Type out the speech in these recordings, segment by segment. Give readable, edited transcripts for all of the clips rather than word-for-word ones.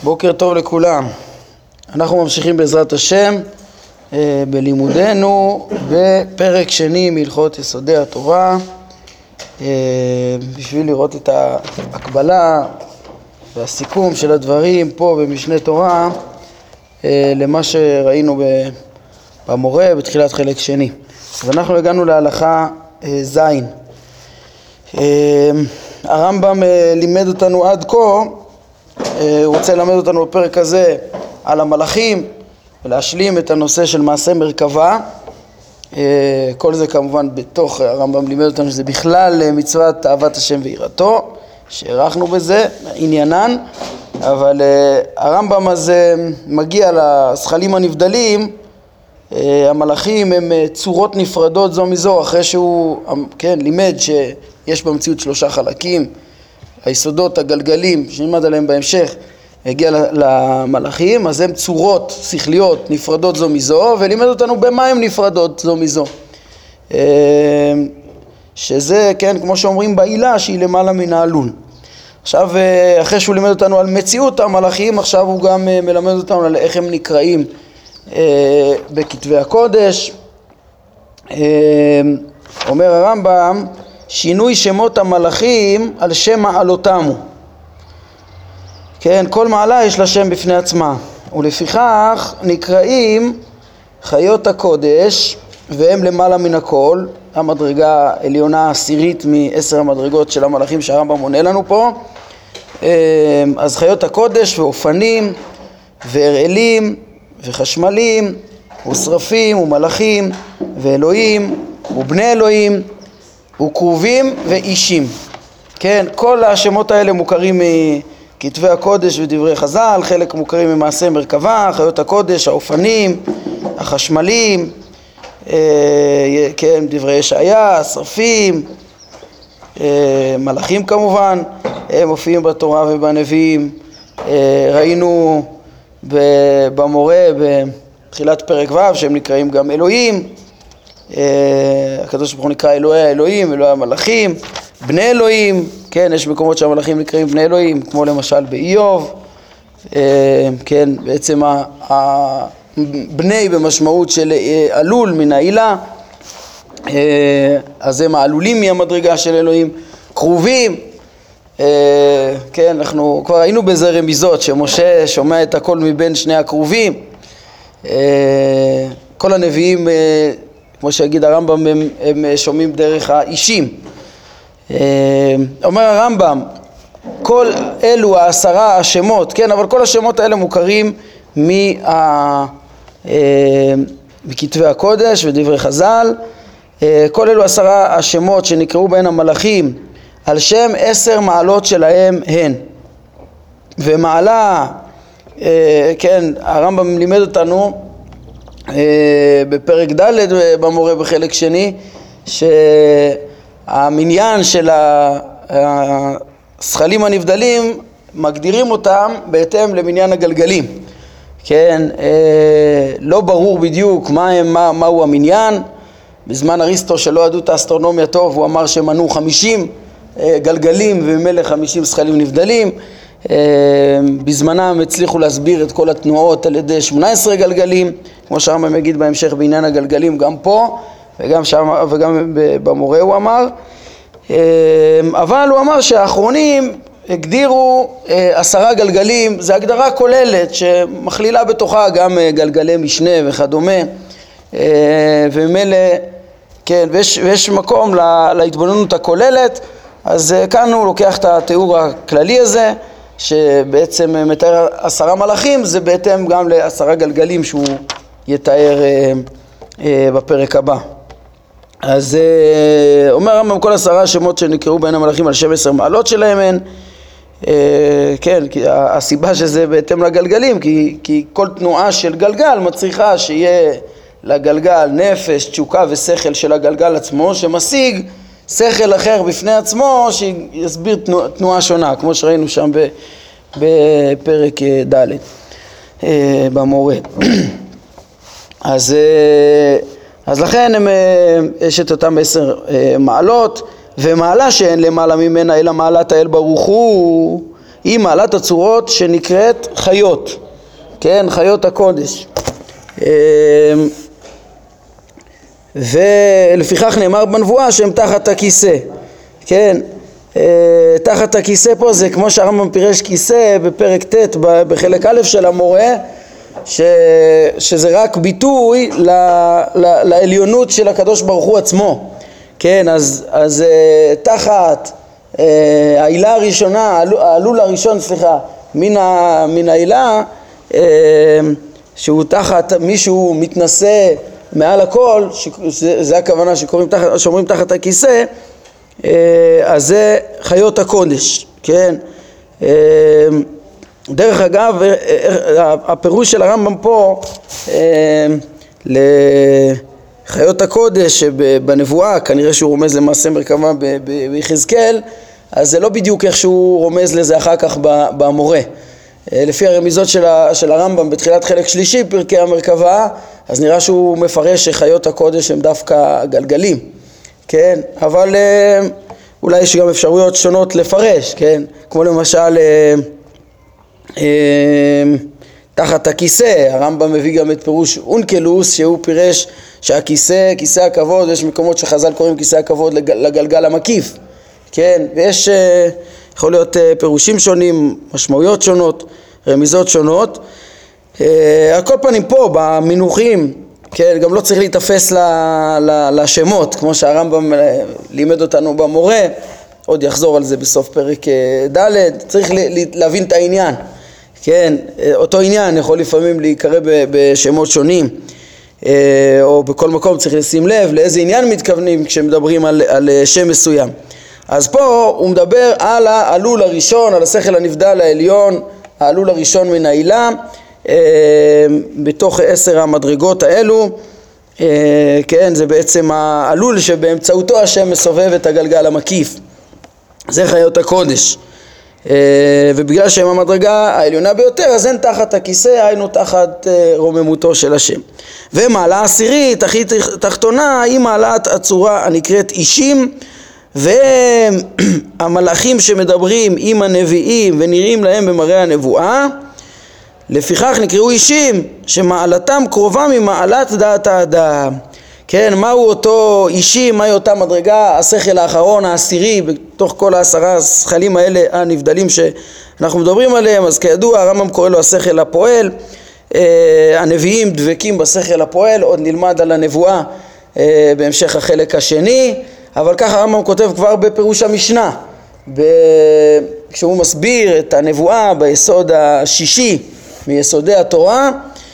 בוקר טוב לכולם. אנחנו ממשיכים בעזרת השם בלימודנו בפרק שני מהלכות יסודי התורה, בשביל לראות את ההקבלה והסיכום של הדברים פה במשנה תורה למה שראינו במורה בתחילת חלק שני. אז אנחנו הגענו להלכה זין. הרמב"ם לימד אותנו עד כה, הוא רוצה ללמד אותנו בפרק הזה על המלאכים ולהשלים את הנושא של מעשה מרכבה. כל זה כמובן בתוך הרמב"ם לימד אותנו שזה בכלל מצוות אהבת השם ויראתו, שהערכנו בזה עניינן, אבל הרמב"ם הזה מגיע לשכלים הנבדלים. המלאכים הם צורות נפרדות זו מזו, אחרי שהוא לימד שיש במציאות שלושה חלקים, היסודות, הגלגלים, שנלמד עליהם בהמשך, הגיע למלאכים, אז הם צורות שכליות נפרדות זו מזו, ולימד אותנו במה הם נפרדות זו מזו. שזה, כמו שאומרים בעילה, שהיא למעלה מן העלול. עכשיו, אחרי שהוא לימד אותנו על מציאות המלאכים, עכשיו הוא גם מלמד אותנו על איך הם נקראים בכתבי הקודש. אומר הרמב"ם, שינוי שמות המלאכים על שם מעלותמו. כל מעלה יש לה שם בפני עצמה, ולפיכך נקראים חיות הקודש, והם למעלה מן הכל, המדרגה עליונה עשירית מ10 המדרגות של המלאכים שהרמב"ם מונה לנו פה. אז חיות הקודש ואופנים והראלים וחשמלים ושרפים ומלאכים ואלוהים ובני אלוהים וקרובים ואישים. כל השמות האלה מוכרים מכתבי הקודש ודברי חז"ל, חלק מוכרים ממעשה מרכבה, חיות הקודש, האופנים, החשמלים, דברי ישעיה, שרפים, מלאכים כמובן, הם מופיעים בתורה ובנביאים. ראינו במורה בתחילת פרק ו' שהם נקראים גם אלוהים, הקדוש ברוך הוא נקרא אלוהי האלוהים, אלוהי המלאכים, בני אלוהים. יש מקומות שהמלאכים נקראים בני אלוהים, כמו למשל באיוב. בעצם בני במשמעות של עלול מן העילה, אז הם העלולים מהמדרגה של אלוהים. קרובים, אנחנו כבר היינו בזה רמיזות, שמשה שומע את הכל מבין שני הקרובים. כל הנביאים, כמו שיגיד הרמב"ם, הם שומעים דרך האישים. אומר הרמב"ם, כל אלו 10 השמות, אבל כל השמות האלה מוכרים מכתבי הקודש ודברי חז"ל. כל אלו 10 השמות שנקראו בהן המלאכים על שם 10 מעלות שלהם הן. ומעלה, הרמב"ם לימד אותנו בפרק ד' במורה בחלק שני, שהמניין של השכלים הנבדלים מגדירים אותם בהתאם למניין הגלגלים. לא ברור בדיוק מהו המניין. בזמן אריסטו שלא ידעו את האסטרונומיה טוב, הוא אמר שמנו 50 גלגלים וממילא 50 שכלים נבדלים. בזמנם הצליחו להסביר את כל התנועות על ידי 18 גלגלים, כמו שהרמב"ם יגיד בהמשך בעניין הגלגלים, גם פה וגם במורה הוא אמר. אבל הוא אמר שהאחרונים הגדירו 10 גלגלים, זו הגדרה כוללת שמכלילה בתוכה גם גלגלי משנה וכדומה, וממילא ויש מקום להתבוננות הכוללת. אז כאן הוא לוקח את התיאור הכללי הזה, שבעצם מתאר 10 מלאכים, זה בהתאם גם ל10 גלגלים שהוא יתאר בפרק הבא. אז אומר הרמב"ם, כל 10 השמות שנקראו בין המלאכים על שם 10 מעלות שלהם הן, כי הסיבה שזה בהתאם לגלגלים, כי כל תנועה של גלגל מצריכה שיהיה לגלגל נפש, תשוקה ושכל של הגלגל עצמו, שמשיג שכל אחר בפני עצמו שיסביר תנועה שונה, כמו שראינו שם בפרק ד' במורה. אז לכן יש את אותם 10 מעלות, ומעלה שאין למעלה ממנה אלא מעלת האל ברוך הוא, היא מעלת הצורות שנקראת חיות, כן, חיות הקודש. ולפיכך נאמר בנבואה שהם תחת הכיסא, כן, תחת הכיסא פה זה כמו שהרמב"ם פירש כיסא בפרק ט' בחלק א' של המורה, שזה רק ביטוי לעליונות של הקדוש ברוך הוא עצמו, כן, אז תחת העילה הראשונה, העלול הראשון, סליחה, מן העילה, שהוא תחת מישהו מתנשא מעל הכל, זה הכוונה שאומרים תחת הכיסא, אז זה חיות הקודש, כן. דרך אגב, הפירוש של הרמב"ם פה לחיות הקודש בנבואה, כנראה שהוא רומז למעשה מרכבה ביחזקאל, אז זה לא בדיוק איך שהוא רומז לזה אחר כך במורה. לפי הרמיזות של הרמב"ם בתחילת חלק שלישי, פרקי המרכבה, אז נראה שהוא מפרש שחיות הקודש הם דווקא גלגלים, כן? אבל אולי יש גם אפשרויות שונות לפרש, כן? כמו למשל תחת הכיסא, הרמב"ם מביא גם את פירוש אונקלוס, שהוא פירש שהכיסא, כיסא הכבוד, יש מקומות שחז"ל קוראים כיסא הכבוד לגלגל המקיף, כן? ויש יכול להיות פירושים שונים, משמעויות שונות, רמיזות שונות. על כל פנים פה במינוחים, כן, גם לא צריך להתאפס לשמות, כמו שהרמב"ם לימד אותנו במורה, עוד יחזור על זה בסוף פרק ד', צריך להבין את העניין, כן, אותו עניין יכול לפעמים להיקרא בשמות שונים, או בכל מקום צריך לשים לב לאיזה עניין מתכוונים כשמדברים על שם מסוים. אז פה הוא מדבר על העלול הראשון, על השכל הנבדל העליון, העלול הראשון מן העילה, בתוך 10 המדרגות האלו, כן, זה בעצם העלול שבאמצעותו השם מסובב את הגלגל המקיף, זה חיות הקודש, ובגלל שהם המדרגה העליונה ביותר, אז הן תחת הכיסא, היינו תחת רוממותו של השם. ומעלה עשירית, הכי תחתונה, היא מעלת הצורה הנקראת אישים, והמלאכים שמדברים עם הנביאים ונראים להם במראה הנבואה, לפיכך נקראו אישים שמעלתם קרובה ממעלת דעת האדם. כן, מהו אותו אישים, מהי אותה מדרגה, השכל האחרון, העשירי, בתוך כל 10 השכלים האלה הנבדלים שאנחנו מדברים עליהם. אז כידוע הרמב"ם קורא לו השכל הפועל, הנביאים דבקים בשכל הפועל, עוד נלמד על הנבואה בהמשך החלק השני, אבל ככה הרמב"ם כותב כבר בפירוש המשנה, כשהוא מסביר את הנבואה ביסוד השישי מיסודי התורה.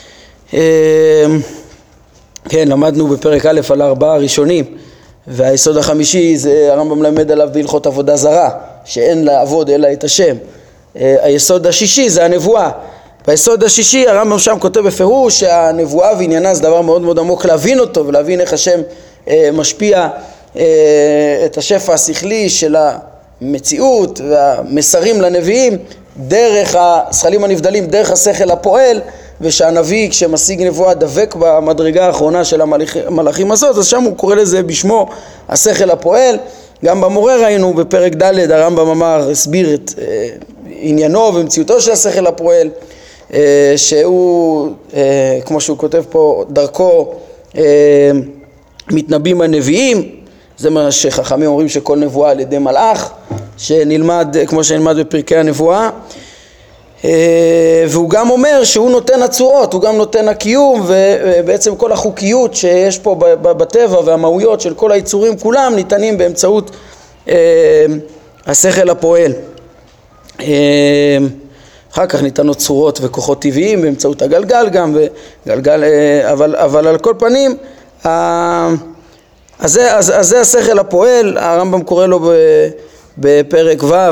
כן, למדנו בפרק א' על 4 הראשונים, והיסוד החמישי זה הרמב"ם למד עליו בהלכות עבודה זרה, שאין לעבוד אלא את השם. היסוד השישי זה הנבואה. ביסוד השישי הרמב"ם שם כותב בפירוש שהנבואה ועניינה זה דבר מאוד מאוד עמוק להבין אותו, ולהבין איך השם משפיע את השפע השכלי של המציאות והמסרים לנביאים דרך השכלים הנבדלים, דרך השכל הפועל, ושהנביא כשמשיג נבואה דבק במדרגה האחרונה של המלאכים הזאת, אז שם הוא קורא לזה בשמו השכל הפועל. גם במורה ראינו בפרק ד' הרמב"ם אמר, הסביר את עניינו ומציאותו של השכל הפועל, שהוא כמו שהוא כותב פה, דרכו מתנבאים הנביאים. זה מה שחכמים אומרים שכל נבואה על ידי מלאך, שנלמד כמו שנלמד בפרקי הנבואה. והוא גם אומר שהוא נותן הצורות, הוא גם נותן הקיום, ובעצם כל החוקיות שיש פה בטבע והמהויות של כל היצורים כולם ניתנים באמצעות השכל הפועל. אחר כך ניתנות צורות וכוחות טבעיים באמצעות הגלגל גם, אבל על כל פנים אז זה השכל הפועל. הרמב"ם קורא לו בפרק ו'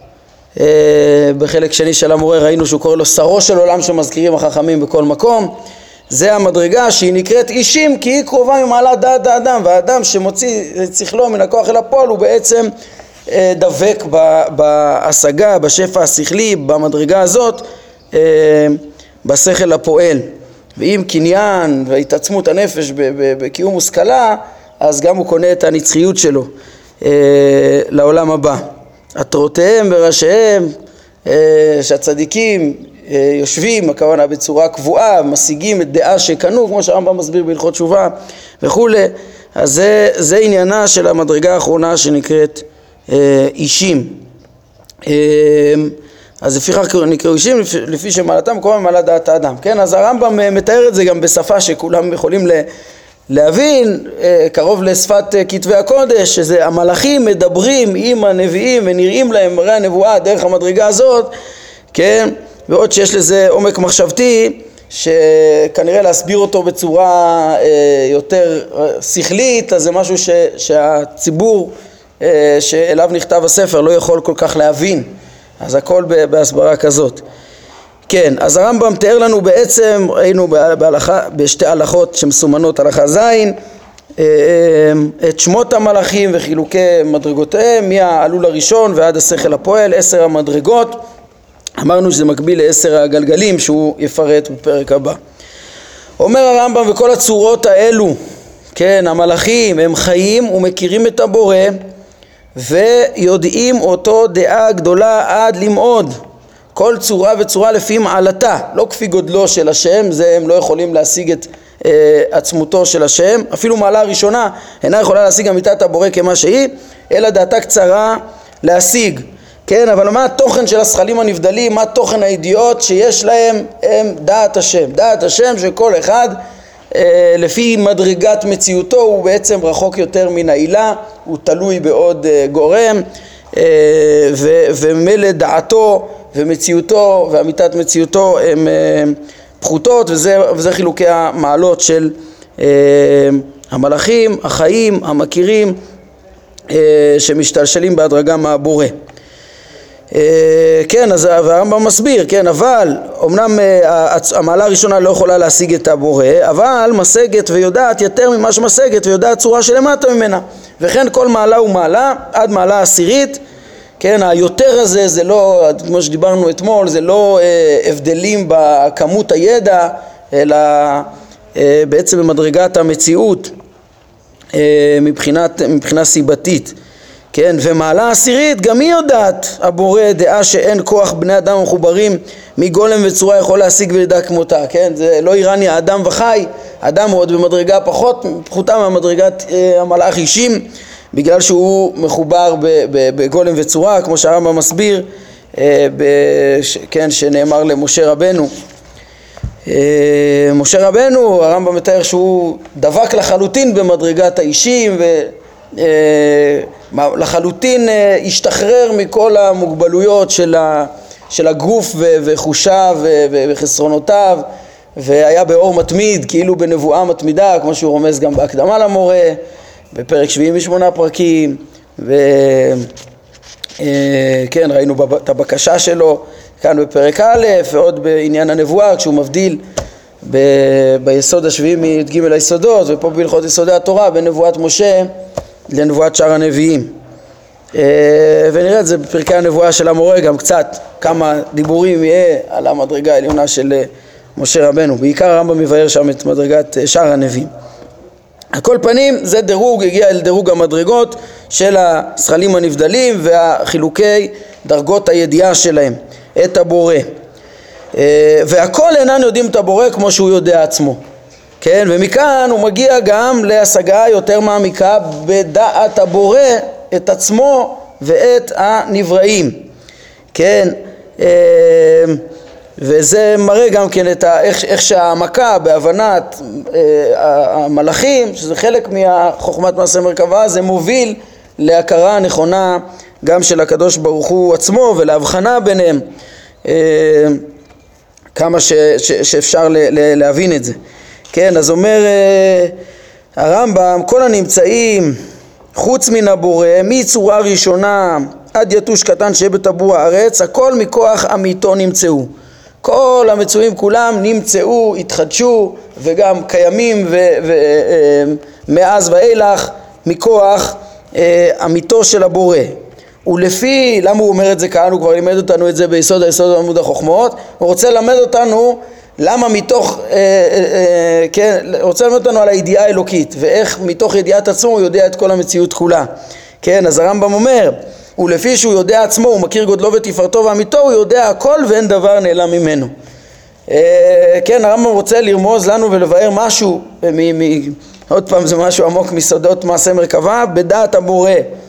בחלק שני של המורה, ראינו שהוא קורא לו שרו של עולם שמזכירים החכמים בכל מקום. זה המדרגה שהיא נקראת אישים כי היא קרובה ממעלת דעת האדם, והאדם שמוציא את שכלו מן הכוח אל הפועל הוא בעצם דבק בהשגה, בשפע השכלי, במדרגה הזאת, בשכל הפועל. ואם קניין והתעצמות הנפש בקיום ושכלה, אז גם הוא קונה את הנצחיות שלו לעולם הבא. עטרותיהם וראשיהם שהצדיקים יושבים, הכוונה בצורה קבועה, משיגים את דעה שקנו, כמו שהרמב"ם מסביר בהלכות תשובה וכו'. אז זה עניינה של המדרגה האחרונה שנקראת אישים. אז לפיכך נקראו אישים לפי שמעלתם כל מעלת דעת האדם. כן, אז הרמב"ם מתאר את זה גם בשפה שכולם יכולים להבין, קרוב לשפת כתבי הקודש, שזה המלאכים מדברים עם הנביאים ונראים להם מראה הנבואה דרך המדרגה הזאת, כן, ועוד שיש לזה עומק מחשבתי שכנראה להסביר אותו בצורה יותר שכלית, אז זה משהו שהציבור שאליו נכתב הספר לא יכול כל כך להבין, אז הכל בהסברה כזאת. כן, אז הרמב"ם תיאר לנו בעצם, ראינו בשתי הלכות שמסומנות הלכה ז', את שמות המלאכים וחילוקי מדרגותיהם מהעלול הראשון ועד השכל הפועל, 10 המדרגות. אמרנו שזה מקביל ל10 הגלגלים שהוא יפרט בפרק הבא. אומר הרמב"ם, וכל הצורות האלו, כן, המלאכים הם חיים ומכירים את הבורא ויודעים אותו דעה גדולה עד למעוד כל צורה וצורה לפי מעלתה, לא כפי גודלו של השם, זה הם לא יכולים להשיג את עצמותו של השם, אפילו מעלה הראשונה אינה יכולה להשיג אמיתת הבורא כמה שהיא, אלא דעתה קצרה להשיג. כן, אבל מה התוכן של השכלים הנבדלים, מה תוכן הידיעות שיש להם, הם דעת השם. דעת השם שכל אחד לפי מדרגת מציאותו הוא בעצם רחוק יותר מן העילה, הוא תלוי בעוד גורם, וממילא דעתו ומציאותו ואמיתת מציאותו הם פחותות, וזה חילוקי המעלות של המלאכים, החיים, המכירים, שמשתלשלים בהדרגה מהבורא. כן, אז הרמב"ם מסביר, כן, אבל אמנם המעלה הראשונה לא יכולה להשיג את הבורא, אבל משגת ויודעת יותר ממה שמשגת ויודעת צורה שלמטה ממנה, וכן כל מעלה ומעלה עד מעלה עשירית. כן, היותר הזה זה לא, כמו שדיברנו אתמול, זה לא הבדלים בכמות הידע, אלא בעצם במדרגת המציאות מבחינה סיבתית. כן, ומעלה עשירית גם היא יודעת הבורא דעה שאין כוח בני אדם מחוברים מגולם וצורה יכול להשיג ולדע כמותה. כן, זה לא איראני האדם וחי, אדם עוד במדרגה פחותה מהמדרגת המלאך אישים, בגלל שהוא מחובר בגולם וצורה, כמו שהרמב"ם מסביר, כן, שנאמר למשה רבנו. משה רבנו, הרמב"ם מתאר שהוא דבק לחלוטין במדרגת האישים ולחלוטין השתחרר מכל המוגבלויות של הגוף וחושיו וחסרונותיו, והיה באור מתמיד, כאילו בנבואה מתמידה, כמו שהוא רומז גם בהקדמה למורה בפרק 78 פרקים, כן, ראינו את הבקשה שלו כאן בפרק א', ועוד בעניין הנבואה כשהוא מבדיל ביסוד השביעי מי"ג היסודות, ופה בהלכות יסודי התורה בין נבואת משה לנבואת שאר הנביאים. ונראה את זה בפרקי הנבואה של המורה גם קצת, כמה דיבורים יהיה על המדרגה העליונה של משה רבנו, בעיקר הרמב"ם מבאר שם את מדרגת שאר הנביאים. על כל פנים זה דירוג, הגיע אל דירוג המדרגות של השכלים הנבדלים והחילוקי דרגות הידיעה שלהם את הבורא, והכל אינן יודעים את הבורא כמו שהוא יודע עצמו. כן, ומכאן הוא מגיע גם להשגה יותר מעמיקה בדעת הבורא את עצמו ואת הנבראים. כן, וזה מראה גם כן את איך שהעמקה בהבנת המלאכים, שזה חלק מהחוכמת מעשה מרכבה, זה מוביל להכרה נכונה גם של הקדוש ברוך הוא עצמו ולהבחנה ביניהם, כמה שאפשר להבין את זה. כן, אז אומר הרמב"ם, כל הנמצאים חוץ מן הבורא מצורה ראשונה עד יתוש קטן שיהיה בטבור הארץ, הכל מכוח אמיתו נמצאו. כל המצויים כולם נמצאו, התחדשו וגם קיימים ומאז ואילך מכוח אמיתו של הבורא. ולפי, למה הוא אומר את זה כאן? הוא כבר לימד אותנו את זה ביסוד היסוד עמוד החוכמות. הוא רוצה ללמד אותנו למה מתוך, כן, רוצה ללמד אותנו על הידיעה האלוקית ואיך מתוך ידיעת עצמו הוא יודע את כל המציאות כולה. כן, אז הרמב"ם אומר ולפי שהוא יודע עצמו, הוא מכיר גודלו ותפארתו ואמיתו, הוא יודע הכל ואין דבר נעלם ממנו. כן, הרמב"ם רוצה לרמוז לנו ולבאר משהו, עוד פעם זה משהו עמוק מסודות מעשה מרכבה, בדעת הבורא.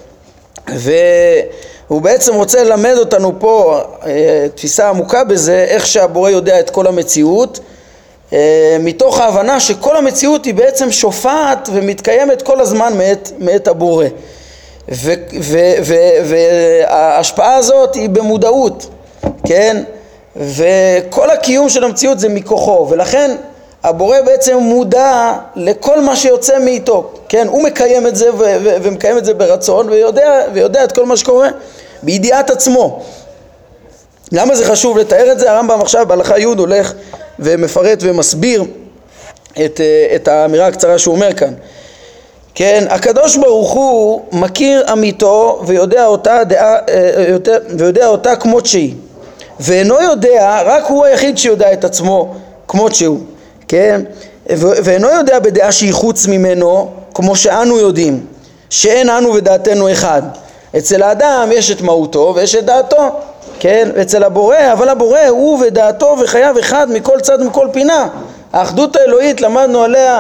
והוא בעצם רוצה ללמד אותנו פה תפיסה עמוקה בזה, איך שהבורא יודע את כל המציאות, מתוך ההבנה שכל המציאות היא בעצם שופעת ומתקיימת כל הזמן מאת הבורא. וההשפעה הזאת היא במודעות, כן? וכל הקיום של המציאות זה מכוחו, ולכן הבורא בעצם מודע לכל מה שיוצא מאיתו, כן? הוא מקיים את זה ומקיים את זה ברצון, ויודע את כל מה שקורה בידיעת עצמו. למה זה חשוב לתאר את זה? הרמב"ם עכשיו בהלכה י' הולך ומפרט ומסביר את האמירה הקצרה שהוא אומר כאן. כן, הקדוש ברוך הוא מכיר אמיתו ויודע אותה כמות שהיא, ואינו יודע, רק הוא היחיד שיודע את עצמו כמות שהוא, כן? ואינו יודע בדעה שהיא חוץ ממנו, כמו שאנו יודעים, שאין אנו ודעתנו אחד. אצל האדם יש את מהותו ויש את דעתו, כן? אצל הבורא, אבל הבורא הוא ודעתו וחייו אחד מכל צד ומכל פינה. האחדות האלוהית למדנו עליה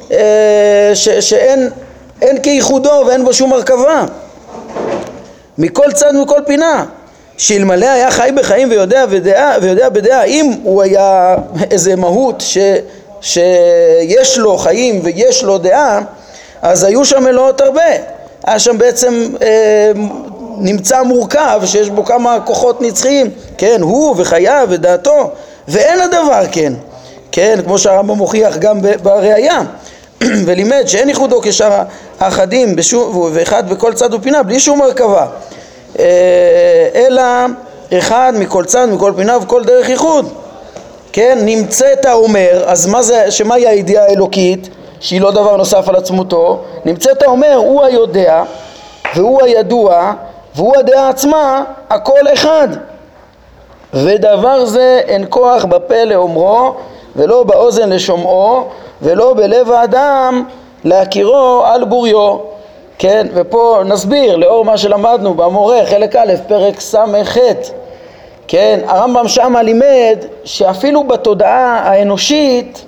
שאין כייחודו ואין בו שום הרכבה, מכל צד ומכל פינה. שאלמלא היה חי בחיים ויודע בדעה, אם הוא היה איזה מהות שיש לו חיים ויש לו דעה, אז היו שם מלאות הרבה. היה שם בעצם נמצא מורכב שיש בו כמה כוחות נצחיים, כן, הוא וחייו ודעתו, ואין הדבר כן, כן, כמו שהרמב"ם מוכיח גם בראיה, ולימד שאין ייחודו כשאר האחדים ואחד בכל צד ופינה בלי שום הרכבה, אלא אחד מכל צד מכל פינה וכל דרך ייחוד, כן, נמצאת האומר. אז שמהי הידיעה האלוקית שהיא לא דבר נוסף על עצמותו? נמצאת האומר, הוא היודע והוא הידוע והוא הדעה עצמה, הכל אחד, ודבר זה אין כוח בפה לאומרו ולא באוזן לשומעו ולא בלב האדם להכירו על בוריו. כן, ופה נסביר לאור מה שלמדנו במורה חלק א' פרק ס"ח, כן, הרמב"ם שמה לימד שאפילו בתודעה האנושית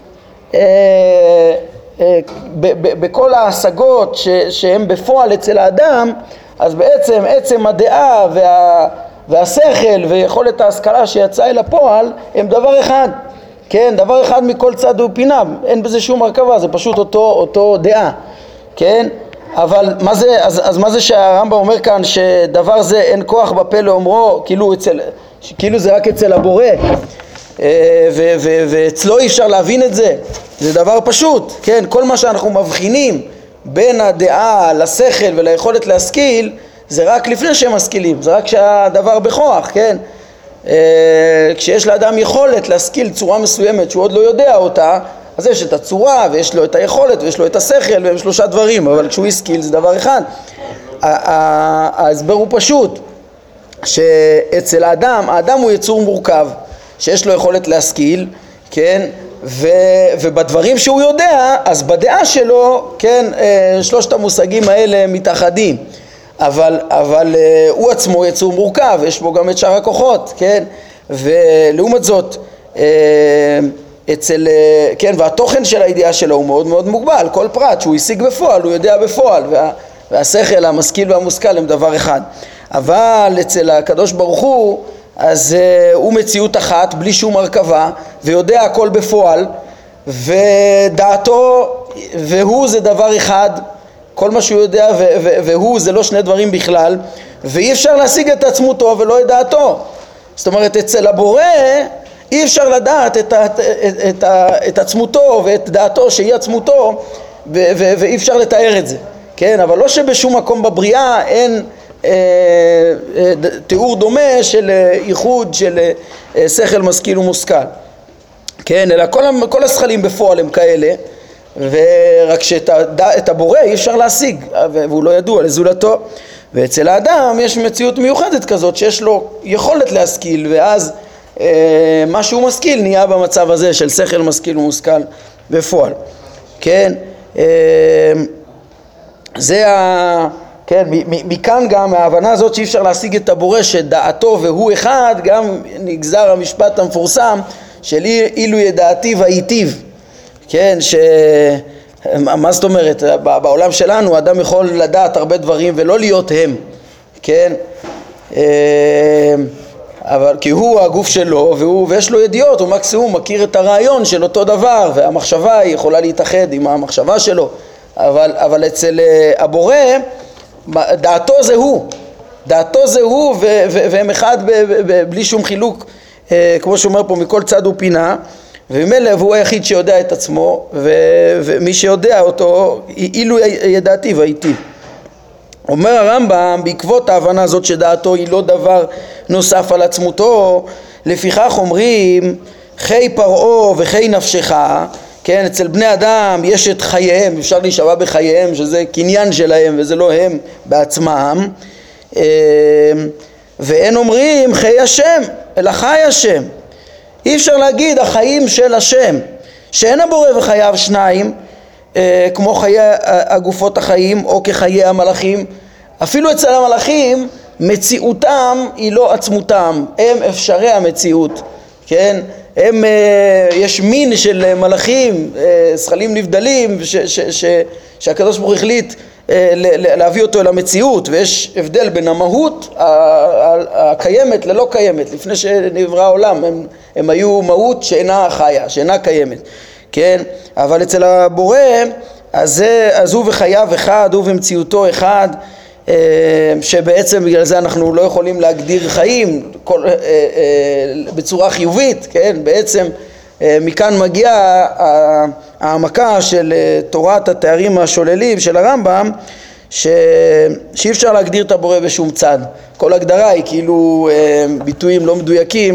בכל ההשגות שהן בפועל אצל האדם, אז בעצם עצם הדעה והשכל ויכולת ההשכלה שיצאה אל הפועל הם דבר אחד, כן, דבר אחד מכל צד ופינה, אין בזה שום הרכבה, זה פשוט אותו דעה, כן. אבל מה זה שהרמב"ם אומר כאן שדבר זה אין כוח בפה לאומרו, כאילו זה רק אצל הבורא, ואצלו אי אפשר להבין את זה? זה דבר פשוט, כן? כל מה שאנחנו מבחינים בין הדעה לשכל וליכולת להשכיל זה רק לפני שהם משכילים, זה רק שהדבר בכוח, כן? כשיש לאדם יכולת להשכיל צורה מסוימת שהוא עוד לא יודע אותה, אז יש את הצורה ויש לו את היכולת ויש לו את השכל, והם שלושה דברים, אבל כשהוא השכיל זה דבר אחד. ההסבר הוא פשוט, שאצל האדם הוא יצור מורכב שיש לו יכולת להשכיל, כן? ובדברים שהוא יודע, אז בדעה שלו, כן, שלושת המושגים האלה מתאחדים, אבל הוא עצמו יצור מורכב, יש בו גם את שאר הכוחות, כן? ולעומת זאת כן, והתוכן של הידיעה שלו הוא מאוד מאוד מוגבל, כל פרט שהוא השיג בפועל הוא יודע בפועל, והשכל המשכיל והמושכל הם דבר אחד. אבל אצל הקדוש ברוך הוא אז הוא מציאות אחת בלי שום הרכבה ויודע הכל בפועל, ודעתו והוא זה דבר אחד, כל מה שהוא יודע והוא זה לא שני דברים בכלל, ואי אפשר להשיג את עצמותו ולא את דעתו. זאת אומרת אצל הבורא אי אפשר לדעת את עצמותו ואת דעתו שהיא עצמותו, ואי אפשר לתאר את זה, כן? אבל לא שבשום מקום בבריאה אין תיאור דומה של ייחוד של שכל משכיל ומושכל, כן? אלא כל השכלים בפועל הם כאלה, ורק שאת הבורא אי אפשר להשיג והוא לא ידוע לזולתו. ואצל האדם יש מציאות מיוחדת כזאת שיש לו יכולת להשכיל, ואז מה שהוא משכיל נהיה במצב הזה של שכל משכיל ומושכל בפועל, כן? כן, מכאן גם ההבנה הזאת שאי אפשר להשיג את הבורא שדעתו והוא אחד, גם נגזר המשפט המפורסם של אילו ידעתיו הייטיב, כן, מה זאת אומרת, בעולם שלנו אדם יכול לדעת הרבה דברים ולא להיות הם, כן, אבל כי הוא הגוף שלו ויש לו ידיעות, הוא מקסימום מכיר את הרעיון של אותו דבר והמחשבה היא יכולה להתאחד עם המחשבה שלו, אבל אצל הבורא דעתו זה הוא והם אחד בלי שום חילוק, כמו שאומר פה מכל צד ופינה, וממילא הוא היחיד שיודע את עצמו, ומי שיודע אותו אילו ידעתיו הייטיב. אומר הרמב"ם בעקבות ההבנה הזאת שדעתו היא לא דבר נוסף על עצמותו, לפיכך אומרים חי פרעה וחי נפשך, כן, אצל בני אדם יש את חייהם, אפשר להישבע בחייהם שזה קניין שלהם וזה לא הם בעצמם, ואין אומרים חי השם אלא חי השם. אי אפשר להגיד החיים של השם, שאין הבורא וחייו שניים כמו חיי הגופות החיים או כחיי המלאכים. אפילו אצל המלאכים מציאותם היא לא עצמותם, הם אפשרי המציאות, כן? יש מין של מלאכים, שכלים נבדלים שהקדוש ברוך הוא החליט להביא אותו אל המציאות, ויש הבדל בין המהות הקיימת ללא קיימת. לפני שנברא העולם הם היו מהות שאינה חיה, שאינה קיימת, כן? אבל אצל הבורא אז הוא וחייו אחד, הוא ומציאותו אחד, שבעצם בגלל זה אנחנו לא יכולים להגדיר חיים בצורה חיובית, כן? בעצם מכאן מגיעה העמקה של תורת התארים השוללים של הרמב"ם, שאי אפשר להגדיר את הבורא בשום צד. כל הגדרה היא כאילו ביטויים לא מדויקים,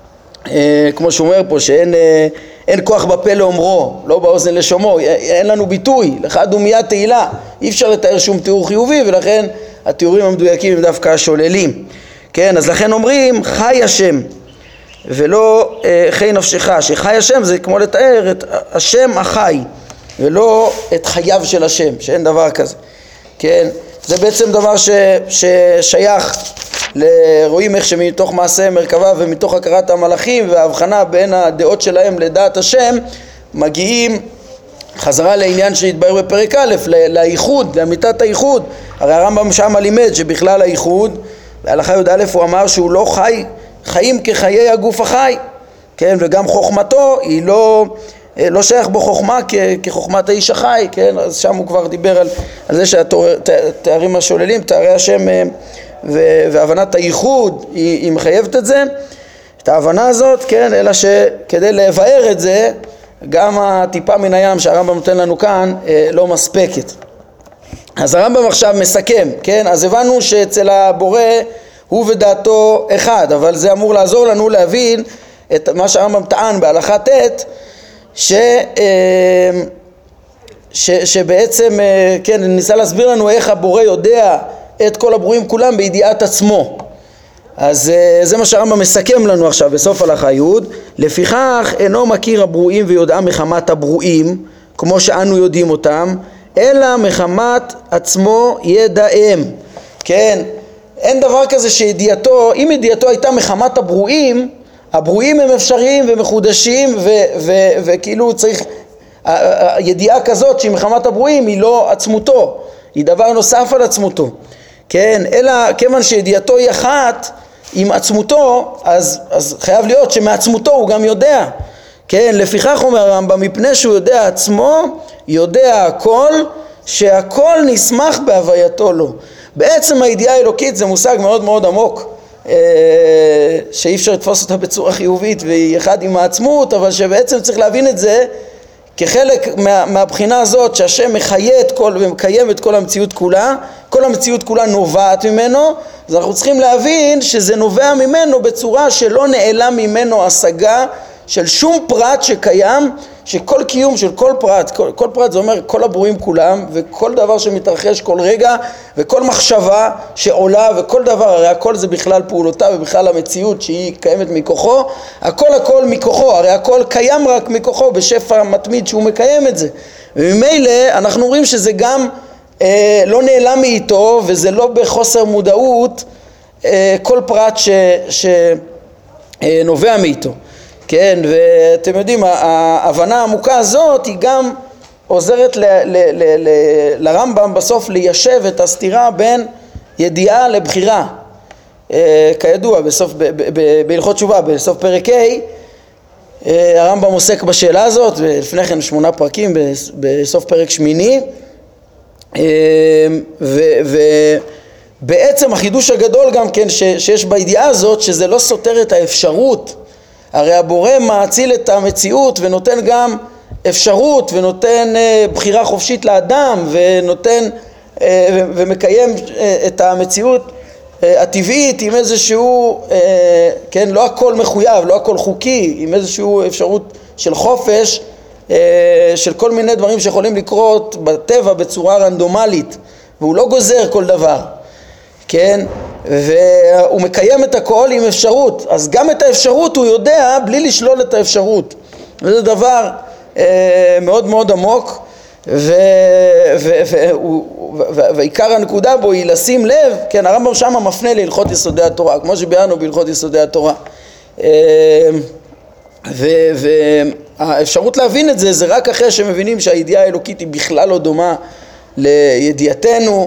כמו שאומר פה שאין כוח בפה לאומרו, לא באוזן לשומעו, אין לנו ביטוי, לך דומיית תהילה, אי אפשר לתאר שום תיאור חיובי, ולכן התיאורים המדויקים הם דווקא השוללים, כן? אז לכן אומרים חי השם ולא חי נפשך, שחי השם זה כמו לתאר את השם החי ולא את חייו של השם, שאין דבר כזה, כן? זה בעצם דבר ששייך, רואים איך שמתוך מעשה מרכבה ומתוך הכרת המלאכים וההבחנה בין הדעות שלהם לדעת השם מגיעים חזרה לעניין שהתבהר בפרק א', לייחוד, לאמיתת הייחוד. הרי הרמב"ם שם לימד שבכלל הייחוד, בהלכה י"א הוא אמר שהוא לא חיים כחיי הגוף החי, כן? וגם חוכמתו היא לא שייך בו חוכמה כחוכמת האיש החי, כן? אז שם הוא כבר דיבר על זה שהתארים השוללים, תארי השם והבנת הייחוד היא מחייבת את זה, את ההבנה הזאת, כן? אלא שכדי לבאר את זה גם הטיפה מן הים שהרמב"ם נותן לנו כאן לא מספקת. אז הרמב"ם עכשיו מסכם, כן? אז הבנו שאצל הבורא הוא ודעתו אחד, אבל זה אמור לעזור לנו להבין את מה שהרמב"ם טען בהלכה ט' שבעצם, כן, ניסה להסביר לנו איך הבורא יודע את כל הברואים כולם בידיעת עצמו. אז זה מה שהרמב"ם מסכם לנו עכשיו בסוף הלכה י', לפיכך אינו מכיר הברואים ויודעה מחמת הברואים כמו שאנו יודעים אותם, אלא מחמת עצמו ידעם, כן? אין דבר כזה שידיעתו, אם ידיעתו הייתה מחמת הברואים, הברואים הם אפשריים ומחודשים וכאילו צריך, הידיעה כזאת שהיא מחמת הברואים היא לא עצמותו, היא דבר נוסף על עצמותו, כן? אלא כיוון שידיעתו היא אחת עם עצמותו, אז חייב להיות שמעצמותו הוא גם יודע, כן? לפיכך אומר הרמב"ם, מפני שהוא יודע עצמו, יודע הכל, שהכל נשמח בהווייתו לו. בעצם הידיעה האלוקית זה מושג מאוד מאוד עמוק, שאי אפשר לתפוס אותה בצורה חיובית והיא אחד עם העצמות, אבל שבעצם צריך להבין את זה כחלק מהבחינה הזאת שהשם מחיה את כל ומקיים את כל המציאות כולה, כל המציאות כולה נובעת ממנו, אז אנחנו צריכים להבין שזה נובע ממנו בצורה שלא נעלם ממנו השגה של שום פרט שקיים, שכל קיום של כל פרט, כל פרט זה אומר כל הברואים כולם, וכל דבר שמתרחש כל רגע, וכל מחשבה שעולה, וכל דבר, הרי הכל זה בכלל פעולותיו, ובכלל המציאות שהיא קיימת מכוחו, הכל מכוחו, הרי הכל קיים רק מכוחו, בשפע מתמיד שהוא מקיים את זה. וממילא אנחנו רואים שזה גם לא נעלם מאיתו, וזה לא בחוסר מודעות כל פרט שנובע מאיתו. כן, ואתם יודעים, ההבנה העמוקה הזאת היא גם עוזרת לרמב"ם בסוף ליישב את הסתירה בין ידיעה לבחירה. כידוע, בהלכות תשובה, בסוף פרק ה', הרמב"ם עוסק בשאלה הזאת, ולפני כן 8 פרקים בסוף פרק 8, ובעצם החידוש הגדול גם כן שיש בידיעה הזאת, שזה לא סותר את האפשרות. הרי הבורא מאציל את המציאות ונותן גם אפשרות ונותן בחירה חופשית לאדם ונותן ומקיים את המציאות הטבעית עם איזשהו, כן, לא הכל מחויב, לא הכל חוקי, עם איזשהו אפשרות של חופש, של כל מיני דברים שיכולים לקרות בטבע בצורה רנדומלית, והוא לא גוזר כל דבר, כן, והוא מקיים את הכל עם אפשרות, אז גם את האפשרות הוא יודע בלי לשלול את האפשרות, וזה דבר מאוד מאוד עמוק, ועיקר הנקודה בו היא לשים לב, כן, הרמב"ם שם מפנה להלכות יסודי התורה, כמו שביארנו בהלכות יסודי התורה, והאפשרות להבין את זה, זה רק אחרי שמבינים שהידיעה האלוקית היא בכלל לא דומה לידיעתנו.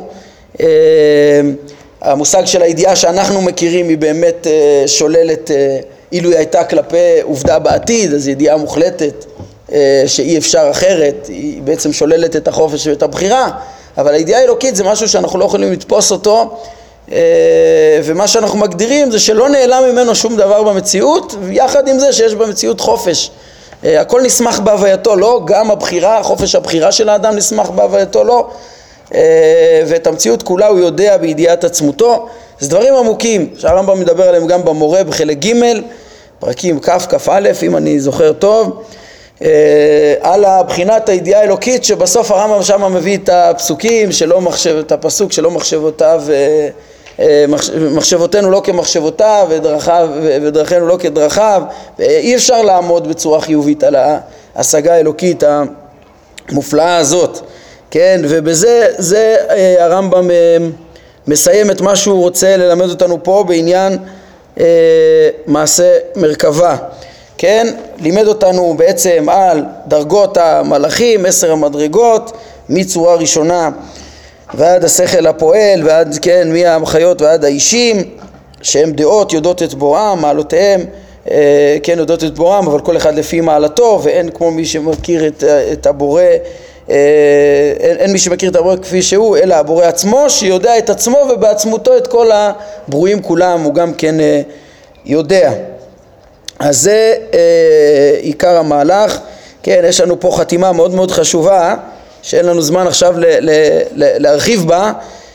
המושג של הידיעה שאנחנו מכירים היא באמת שוללת, אילו היא הייתה כלפי עובדה בעתיד, אז ידיעה מוחלטת שאי אפשר אחרת, היא בעצם שוללת את החופש ואת הבחירה, אבל הידיעה האלוקית זה משהו שאנחנו לא יכולים לתפוס אותו, ומה שאנחנו מגדירים זה שלא נעלם ממנו שום דבר במציאות, ויחד עם זה שיש במציאות חופש. הכל נסמך בהווייתו, לא? גם הבחירה, חופש הבחירה של האדם נסמך בהווייתו, לא? ואת המציאות כולה הוא יודע בידיעת עצמותו. זה דברים עמוקים שהרמב"ם מדבר עליהם גם במורה בחלק ג' פרקים כ"א, אם אני זוכר טוב, על הבחינת הידיעה האלוקית, שבסוף הרמב"ם שם מביא את הפסוקים שלא מחשב, את הפסוק שלא מחשבותיו, מחשבותינו לא כמחשבותיו ודרכינו לא כדרכיו. אי אפשר לעמוד בצורה חיובית על ההשגה האלוקית המופלאה הזאת, כן, ובזה הרמב"ם מסיים את מה שהוא רוצה ללמד אותנו פה בעניין מעשה מרכבה. כן, לימד אותנו בעצם על דרגות המלאכים, 10 המדרגות, מצורה ראשונה ועד השכל הפועל, ועד, כן, מהחיות ועד האישים, שהם דעות יודעות את בוראם, מעלותיהם, כן, יודעות את בוראם, אבל כל אחד לפי מעלתו, ואין כמו מי שמכיר את הבורא, אין מי שמכיר את הבורא כפי שהוא, אלא הבורא עצמו, שיודע את עצמו ובעצמותו את כל הברואים כולם, הוא גם כן יודע. אז זה עיקר המהלך. כן, יש לנו פה חתימה מאוד מאוד חשובה, שאין לנו זמן עכשיו להרחיב בה.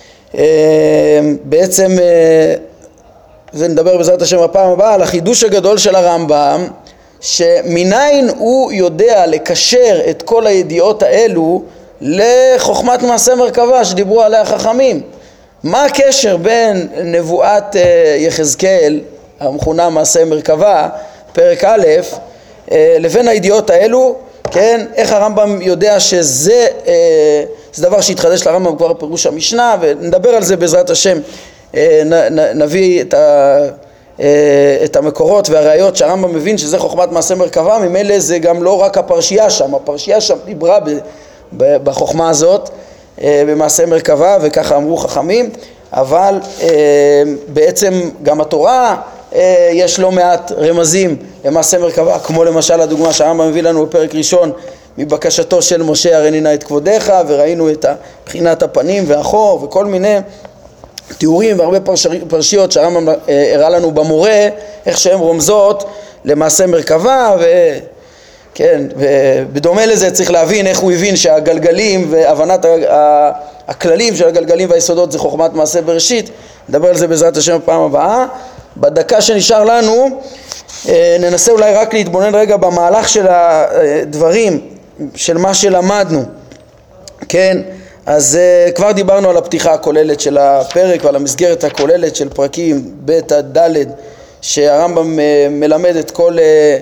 בעצם, זה נדבר בעזרת השם הפעם הבאה, על החידוש הגדול של הרמב"ם, שמניין הוא יודע לקשר את כל הידיעות האלו לחוכמת מעשה מרכבה שדיברו עליה חכמים. מה הקשר בין נבואת יחזקאל, המכונה מעשה מרכבה, פרק א', לבין הידיעות האלו? כן, איך הרמב"ם יודע שזה דבר שהתחדש לרמב"ם כבר בפירוש המשנה, ונדבר על זה בעזרת השם. נביא את המקורות והראיות שהרמב"ם מבין שזה חוכמת מעשה מרכבה. ממילא זה גם לא רק הפרשייה שם, הפרשייה שם דיברה בחוכמה הזאת, במעשה מרכבה, וככה אמרו חכמים, אבל בעצם גם התורה יש לא מעט רמזים למעשה מרכבה, כמו למשל הדוגמה שהרמב"ם מביא לנו בפרק ראשון, מבקשתו של משה הריני נא את כבודך, וראינו את בחינת הפנים והחור וכל מיני תיאורים והרבה פרשיות שהרמב"ם הראה לנו במורה, איך שהן רומזות למעשה מרכבה. וכן, ובדומה לזה צריך להבין איך הוא הבין שהגלגלים והבנת הכללים של הגלגלים והיסודות זה חוכמת מעשה בראשית. נדבר על זה בעזרת השם בפעם הבאה. בדקה שנשאר לנו ננסה אולי רק להתבונן רגע במהלך של הדברים, של מה שלמדנו. כן, אז כבר דיברנו על הפתיחה הכוללת של הפרק ועל המסגרת הכוללת של פרקים ב' עד ד', שהרמב"ם מלמד את כל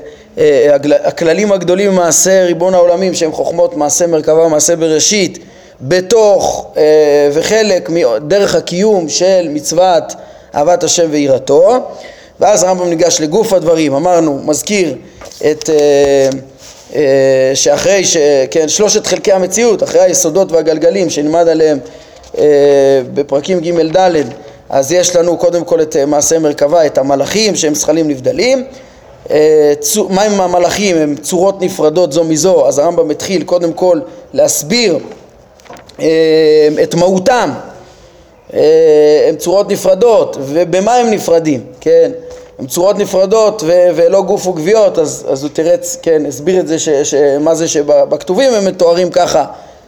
הכללים הגדולים ממעשה ריבון העולמים, שהם חוכמות מעשה מרכבה ומעשה בראשית, בתוך וחלק מדרך הקיום של מצוות אהבת השם ויראתו. ואז הרמב"ם ניגש לגוף הדברים, אמרנו, מזכיר את שאחרי כן, שלושת חלקי המציאות, אחרי היסודות והגלגלים שנלמד עליהם בפרקים ג' ד', אז יש לנו קודם כל את מעשה מרכבה, את המלאכים שהם זכלים נבדלים. מה עם המלאכים? הם צורות נפרדות זו מזו, אז הרמב"ם מתחיל קודם כל להסביר את מהותם. הם צורות נפרדות, ובמה הם נפרדים? כן, הם צורות נפרדות ולא גוף וגוויות, אז הוא תרץ, כן, הסביר את זה מה זה שבכתובים הם מתוארים ככה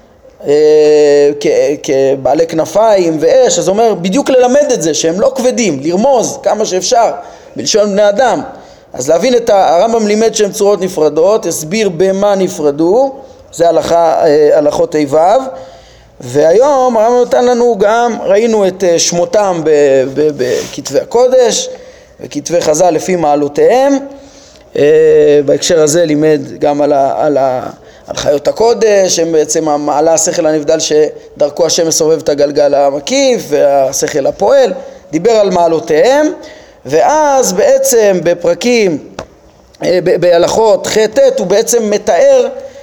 כבעלי כנפיים ואש, אז הוא אומר בדיוק ללמד את זה שהם לא כבדים, לרמוז כמה שאפשר בלשון בני אדם. אז להבין את הרמב"ם לימד שהם צורות נפרדות, הסביר במה נפרדו, זה הלכות ה' ו'. והיום הרמב"ם נתן לנו גם, ראינו את שמותם בכתבי הקודש וכתבי חז"ל לפי מעלותיהם. בהקשר הזה לימד גם על חיות הקודש, הם בעצם המעלה השכל הנבדל שדרכו השם מסובב את הגלגל המקיף והשכל הפועל, דיבר על מעלותיהם. ואז בעצם בפרקים, בהלכות ח' ט' הוא בעצם מתאר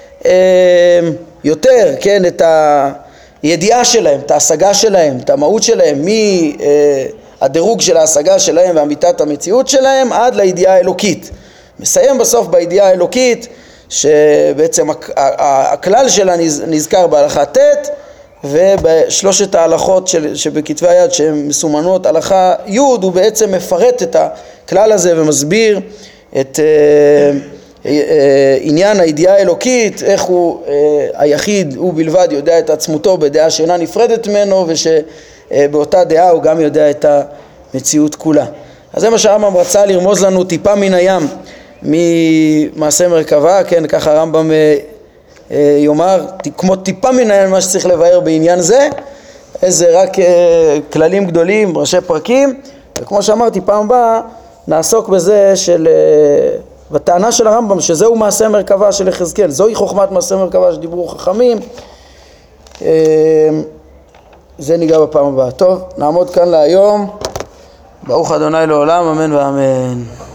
יותר, כן, את הידיעה שלהם, את ההשגה שלהם, את המהות שלהם, מהדירוג של ההשגה שלהם ואמיתת המציאות שלהם עד לידיעה האלוקית. מסיים בסוף בידיעה האלוקית, שבעצם הכלל שלה נזכר בהלכה ט', ובשלושת ההלכות שבכתבי היד שהן מסומנות הלכה י' הוא בעצם מפרט את הכלל הזה ומסביר את עניין הידיעה האלוקית, איך הוא היחיד, הוא בלבד יודע את עצמותו בדעה שאינה נפרדת ממנו, ושבאותה דעה הוא גם יודע את המציאות כולה. אז זה מה שהרמב"ם רצה לרמוז לנו טיפה מן הים ממעשה מרכבה, כן, ככה הרמב"ם יאמר, כמו טיפה מן הים מה שצריך לבאר בעניין זה, איזה רק כללים גדולים, ראשי פרקים, וכמו שאמרתי פעם הבאה נעסוק בזה של בטענה של הרמב"ם שזהו מעשה מרכבה של יחזקאל, זוהי חוכמת מעשה מרכבה שדיברו חכמים. זה ניגע בפעם הבאה. טוב, נעמוד כאן להיום. ברוך ה' לעולם, אמן ואמן.